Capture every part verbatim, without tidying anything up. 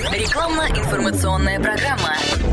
Рекламно-информационная программа.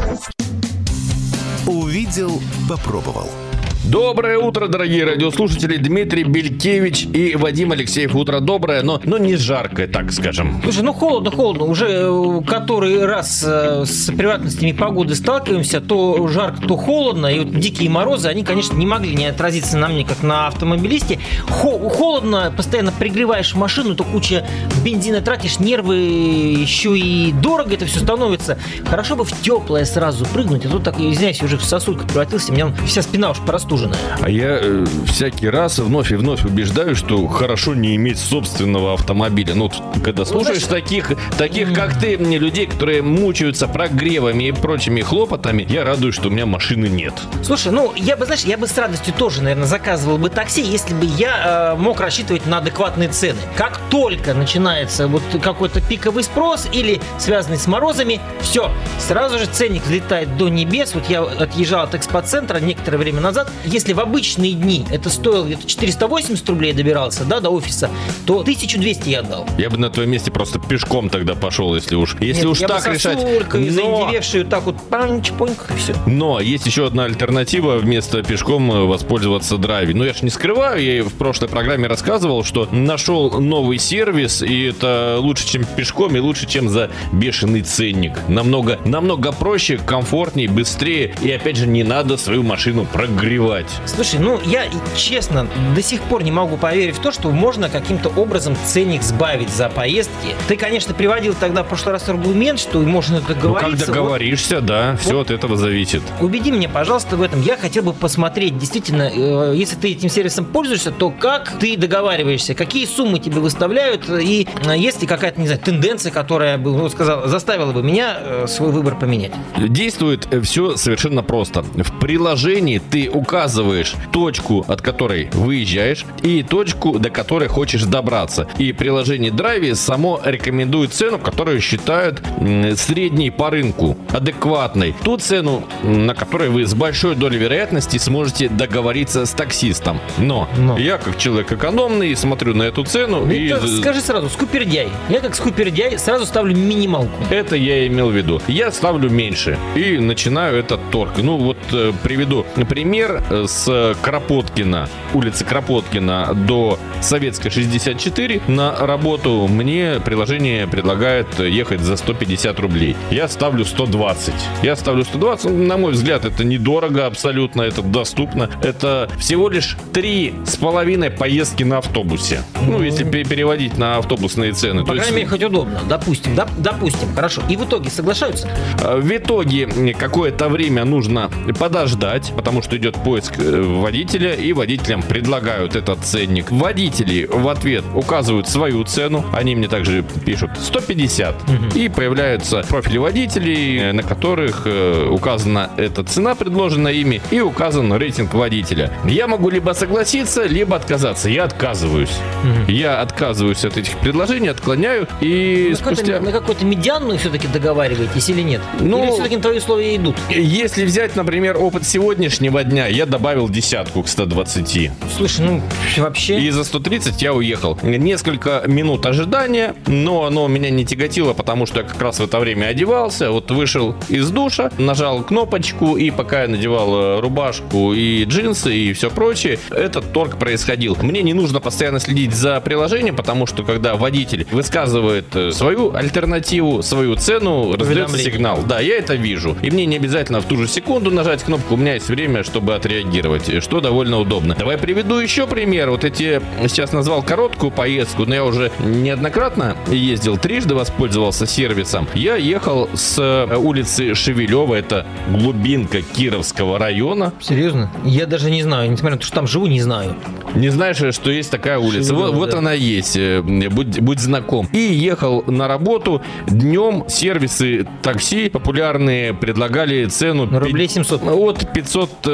Увидел, попробовал. Доброе утро, дорогие радиослушатели. Дмитрий Белькевич и Вадим Алексеев. Утро доброе, но, но не жаркое, так скажем. Слушай, ну холодно, холодно. Уже который раз с превратностями погоды сталкиваемся, то жарко, то холодно. И вот дикие морозы, они, конечно, не могли не отразиться на мне, как на автомобилисте. Хо- холодно, постоянно пригреваешь машину, то куча бензина тратишь, нервы, еще и дорого это все становится. Хорошо бы в теплое сразу прыгнуть, а тут так, извиняюсь, уже в сосульку превратился, у меня вся спина уж простужена. А я э, всякий раз вновь и вновь убеждаюсь, что хорошо не иметь собственного автомобиля. Ну, вот, когда слушаешь ну, знаешь, таких, таких mm-hmm. как ты, мне людей, которые мучаются прогревами и прочими хлопотами, я радуюсь, что у меня машины нет. Слушай, ну, я бы, знаешь, я бы с радостью тоже, наверное, заказывал бы такси, если бы я э, мог рассчитывать на адекватные цены. Как только начинается вот какой-то пиковый спрос или связанный с морозами, все, сразу же ценник взлетает до небес. Вот я отъезжал от экспоцентра некоторое время назад. Если в обычные дни это стоило где-то четыреста восемьдесят рублей, добирался, да, до офиса, то тысячу двести я отдал. Я бы на твоем месте просто пешком тогда пошел, если уж, если Нет, уж я так бы решать. Сосулькой, Но... заиндевевшую, так вот панч-поньк, и все. Но есть еще одна альтернатива вместо пешком воспользоваться драйви. Ну, я ж не скрываю, я в прошлой программе рассказывал, что нашел новый сервис, и это лучше, чем пешком, и лучше, чем за бешеный ценник. Намного, намного проще, комфортнее, быстрее, и опять же не надо свою машину прогревать. Слушай, ну я честно до сих пор не могу поверить в то, что можно каким-то образом ценник сбавить за поездки. Ты, конечно, приводил тогда в прошлый раз аргумент, что можно договориться. Ну, как договоришься, вот, да, все вот от этого зависит. Убеди меня, пожалуйста, в этом. Я хотел бы посмотреть, действительно, э, если ты этим сервисом пользуешься, то как ты договариваешься, какие суммы тебе выставляют, и э, есть ли какая-то, не знаю, тенденция, которая бы, ну, сказала, заставила бы меня э, свой выбор поменять. Действует все совершенно просто. В приложении ты указываешь точку, от которой выезжаешь, и точку, до которой хочешь добраться. И приложение Драйви само рекомендует цену, которую считают средней по рынку, адекватной. Ту цену, на которой вы с большой долей вероятности сможете договориться с таксистом. Но, Но. я, как человек экономный, смотрю на эту цену. И... Скажи сразу, скупердяй. Я, как скупердяй, сразу ставлю минималку. Это я имел в виду. Я ставлю меньше и начинаю этот торг. Ну вот э, приведу пример с Кропоткина, улицы Кропоткина до Советской шестьдесят четыре на работу. Мне приложение предлагает ехать за сто пятьдесят рублей. Я ставлю сто двадцать. Я ставлю сто двадцать. На мой взгляд, это недорого абсолютно, это доступно. Это всего лишь три с половиной поездки на автобусе. Ну, если переводить на автобусные цены. По крайней мере, хоть удобно. Допустим, доп, допустим, хорошо. И в итоге соглашаются? В итоге какое-то время нужно подождать, потому что идет поиск водителя, и водителям предлагают этот ценник. Водители в ответ указывают свою цену, они мне также пишут сто пятьдесят, угу. И появляются профили водителей, на которых указана эта цена, предложенная ими, и указан рейтинг водителя. Я могу либо согласиться, либо отказаться. Я отказываюсь. Угу. Я отказываюсь от этих предложений, отклоняю, и на спустя... Какой-то, на какую-то медианную все-таки договариваетесь или нет? Ну, или все-таки на твои условия идут? Если взять, например, опыт сегодняшнего дня, я добавил десятку к ста двадцати. Слушай, ну вообще... И за сто тридцать я уехал. Несколько минут ожидания, но оно меня не тяготило, потому что я как раз в это время одевался. Вот вышел из душа, нажал кнопочку, и пока я надевал рубашку и джинсы и все прочее, этот торг происходил. Мне не нужно постоянно следить за приложением, потому что когда водитель высказывает свою альтернативу, свою цену, раздается сигнал. Да, я это вижу. И мне не обязательно в ту же секунду нажать кнопку, у меня есть время, чтобы отреагировать, что довольно удобно. Давай приведу еще пример. Вот эти, сейчас назвал короткую поездку, но я уже неоднократно ездил, трижды воспользовался сервисом. Я ехал с улицы Шевелева, это глубинка Кировского района. Серьезно? Я даже не знаю, несмотря на то, что там живу, не знаю. Не знаешь, что есть такая улица? Шевелева, вот, да. Вот она есть, будь, будь знаком. И ехал на работу. Днем сервисы такси популярные предлагали цену рублей семьсот. От пятьсот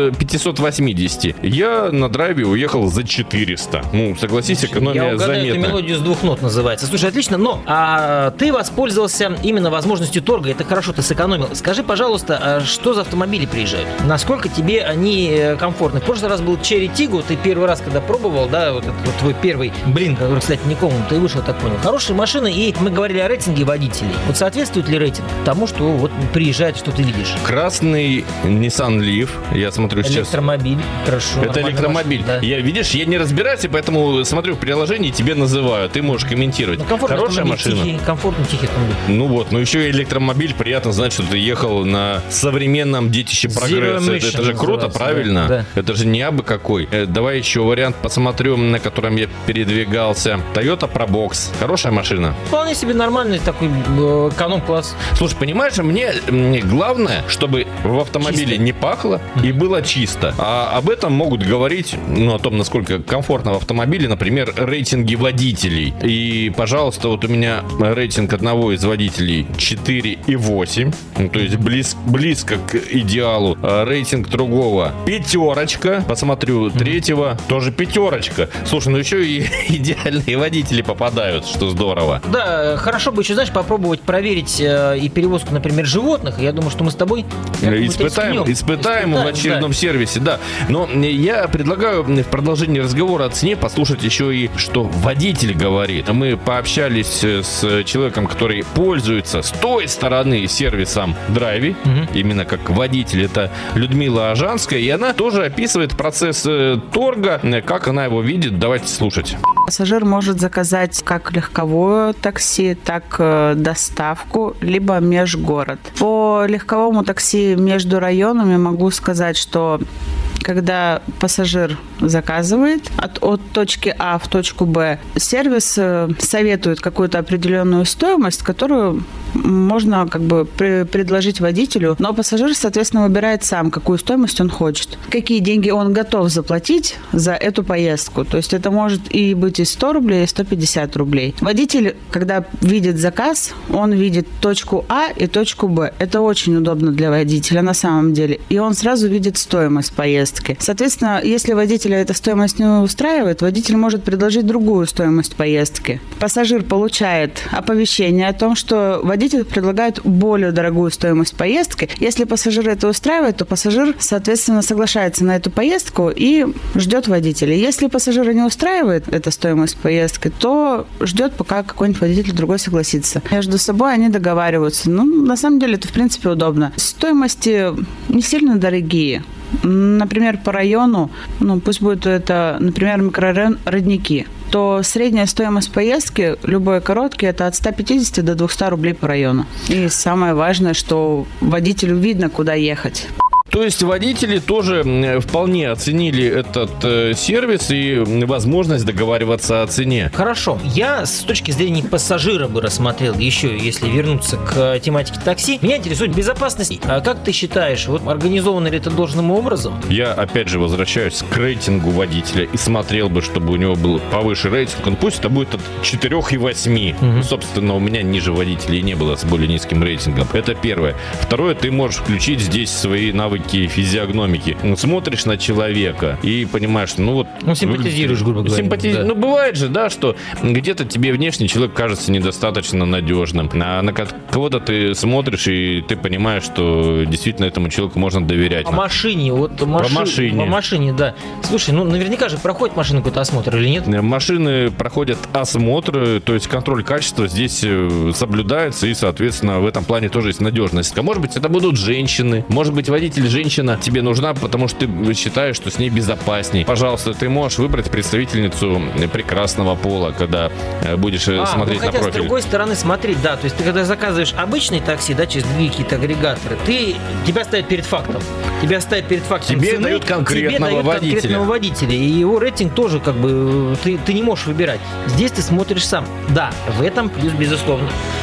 трехсот восьмидесяти. Я на драйве уехал за четыреста. Ну, согласись, экономия Я угадаю, заметна. эту мелодию с двух нот называется. Слушай, отлично, но а, ты воспользовался именно возможностью торга. Это хорошо, ты сэкономил. Скажи, пожалуйста, а что за автомобили приезжают? Насколько тебе они комфортны? В прошлый раз был Cherry Tiggo. Ты первый раз, когда пробовал, да, вот это вот твой первый блин, который, кстати, никому ты вышел, так понял. Хорошая машина, и мы говорили о рейтинге водителей. Вот соответствует ли рейтинг тому, что вот приезжает, что ты видишь? Красный Nissan Leaf. Я смотрю сейчас. Электромобиль. Хорошо. Это электромобиль. Машина, да. Я, видишь, я не разбираюсь, и поэтому смотрю в приложении, тебе называю. Ты можешь комментировать. Ну, Хорошая машина. Тихий, комфортный, тихий автомобиль. Ну вот, ну еще и электромобиль. Приятно знать, что ты ехал на современном детище прогресса. Это, это же круто, правильно? Да, да. Это же не абы какой. Э, давай еще вариант посмотрю, на котором я передвигался. Toyota Probox. Хорошая машина. Вполне себе нормальный такой э, эконом-класс. Слушай, понимаешь, мне, мне главное, чтобы в автомобиле Чисто. не пахло и было чисто. А об этом могут говорить, ну, о том, насколько комфортно в автомобиле, например, рейтинги водителей. И, пожалуйста, вот у меня рейтинг одного из водителей четыре и восемь. Ну, то есть близ, близко к идеалу. А рейтинг другого пятерочка. Посмотрю, третьего тоже пятерочка. Слушай, ну еще и идеальные водители попадают, что здорово. Да, хорошо бы еще, знаешь, попробовать проверить э, и перевозку, например, животных. Я думаю, что мы с тобой Испытаем, испытаем, испытаем в очередном да. сервисе, да. Но я предлагаю в продолжении разговора о цене послушать еще и, что водитель говорит. Мы пообщались с человеком, который пользуется с той стороны сервисом Драйви, угу. именно как водитель. Это Людмила Ажанская, и она тоже описывает процесс торга, как она его видит. Давайте слушать. Пассажир может заказать как легковое такси, так э, доставку, либо межгород. По легковому такси между районами могу сказать, что когда пассажир заказывает от, от точки А в точку Б, сервис э, советует какую-то определенную стоимость, которую можно как бы при, предложить водителю, но пассажир, соответственно, выбирает сам, какую стоимость он хочет, какие деньги он готов заплатить за эту поездку. То есть это может и быть и сто рублей, и сто пятьдесят рублей. Водитель, когда видит заказ, он видит точку А и точку Б. Это очень удобно для водителя на самом деле. И он сразу видит стоимость поездки. Соответственно, если водителя эта стоимость не устраивает, водитель может предложить другую стоимость поездки. Пассажир получает оповещение о том, что водитель предлагает более дорогую стоимость поездки. Если пассажира это устраивает, то пассажир, соответственно, соглашается на эту поездку и ждет водителя. Если пассажира не устраивает эта стоимость поездки, то ждет, пока какой-нибудь водитель другой согласится. Между собой они договариваются. Ну, на самом деле, это, в принципе, удобно. Стоимости не сильно дорогие. Например, по району, ну, пусть будет это, например, микрорайон Родники, то средняя стоимость поездки, любой короткий, это от ста пятидесяти до двухсот рублей по району. И самое важное, что водителю видно, куда ехать. То есть водители тоже вполне оценили этот э, сервис и возможность договариваться о цене. Хорошо. Я с точки зрения пассажира бы рассмотрел еще, если вернуться к тематике такси. Меня интересует безопасность. А как ты считаешь, вот организовано ли это должным образом? Я опять же возвращаюсь к рейтингу водителя и смотрел бы, чтобы у него был повыше рейтинг. Он пусть это будет от четырёх и восьми. Угу. Собственно, у меня ниже водителей не было с более низким рейтингом. Это первое. Второе, ты можешь включить здесь свои навыки физиогномики. Ну, смотришь на человека и понимаешь, ну вот... Ну, симпатизируешь, грубо говоря. Симпатиз... Да. Ну, бывает же, да, что где-то тебе внешний человек кажется недостаточно надежным. А на кого-то ты смотришь, и ты понимаешь, что действительно этому человеку можно доверять. По машине, вот маши... По машине. По машине, да. Слушай, ну, наверняка же проходит машина какой-то осмотр или нет? Машины проходят осмотр, то есть контроль качества здесь соблюдается, и, соответственно, в этом плане тоже есть надежность. А может быть, это будут женщины, может быть, водитель женщина тебе нужна, потому что ты считаешь, что с ней безопасней. Пожалуйста, ты можешь выбрать представительницу прекрасного пола, когда будешь а, смотреть ну, на хотя профиль. С другой стороны, смотри, да, то есть ты когда заказываешь обычный такси, да, через другие какие-то агрегаторы, ты, тебя ставят перед фактом. Тебя ставят перед фактом тебе цены, дают конкретного тебе дают водителя. конкретного водителя. И его рейтинг тоже как бы ты, ты не можешь выбирать. Здесь ты смотришь сам. Да, в этом плюс, безусловно.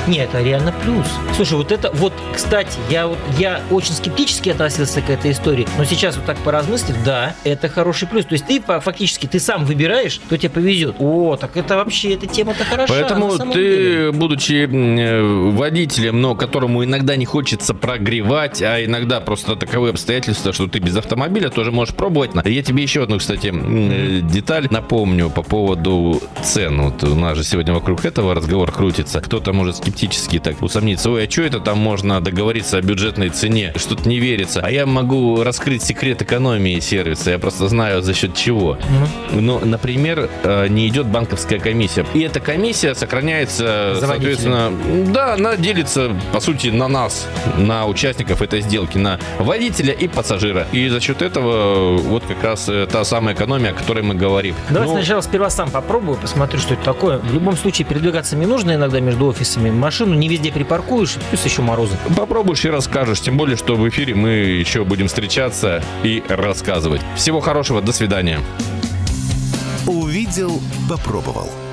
Нет, это реально плюс. Слушай, вот это, вот, кстати, я, вот, я очень скептически относился к этой истории, но сейчас вот так поразмыслив, да, это хороший плюс. То есть ты фактически, ты сам выбираешь, кто тебе повезет. О, так это вообще, эта тема-то хороша. Поэтому ты, деле. будучи водителем, но которому иногда не хочется прогревать, а иногда просто таковые обстоятельства, что ты без автомобиля, тоже можешь пробовать. Я тебе еще одну, кстати, деталь напомню по поводу цен. Вот у нас же сегодня вокруг этого разговор крутится. Кто-то может скептически так усомниться. Ой, а что это там можно договориться о бюджетной цене? Что-то не верится. А я могу раскрыть секрет экономии сервиса. Я просто знаю, за счет чего. Mm-hmm. Ну, например, не идет банковская комиссия. И эта комиссия сохраняется, за соответственно, водителя. Да, она делится, по сути, на нас, на участников этой сделки, на водителя и пассажира. И за счет этого вот как раз та самая экономия, о которой мы говорим. Давай ну, сначала сперва сам попробую, посмотрю, что это такое. В любом случае, передвигаться мне нужно иногда между офисами. Машину не везде припаркуешь, плюс еще морозы. Попробуешь и расскажешь. Тем более, что в эфире мы еще будем встречаться и рассказывать. Всего хорошего, до свидания. Увидел, попробовал.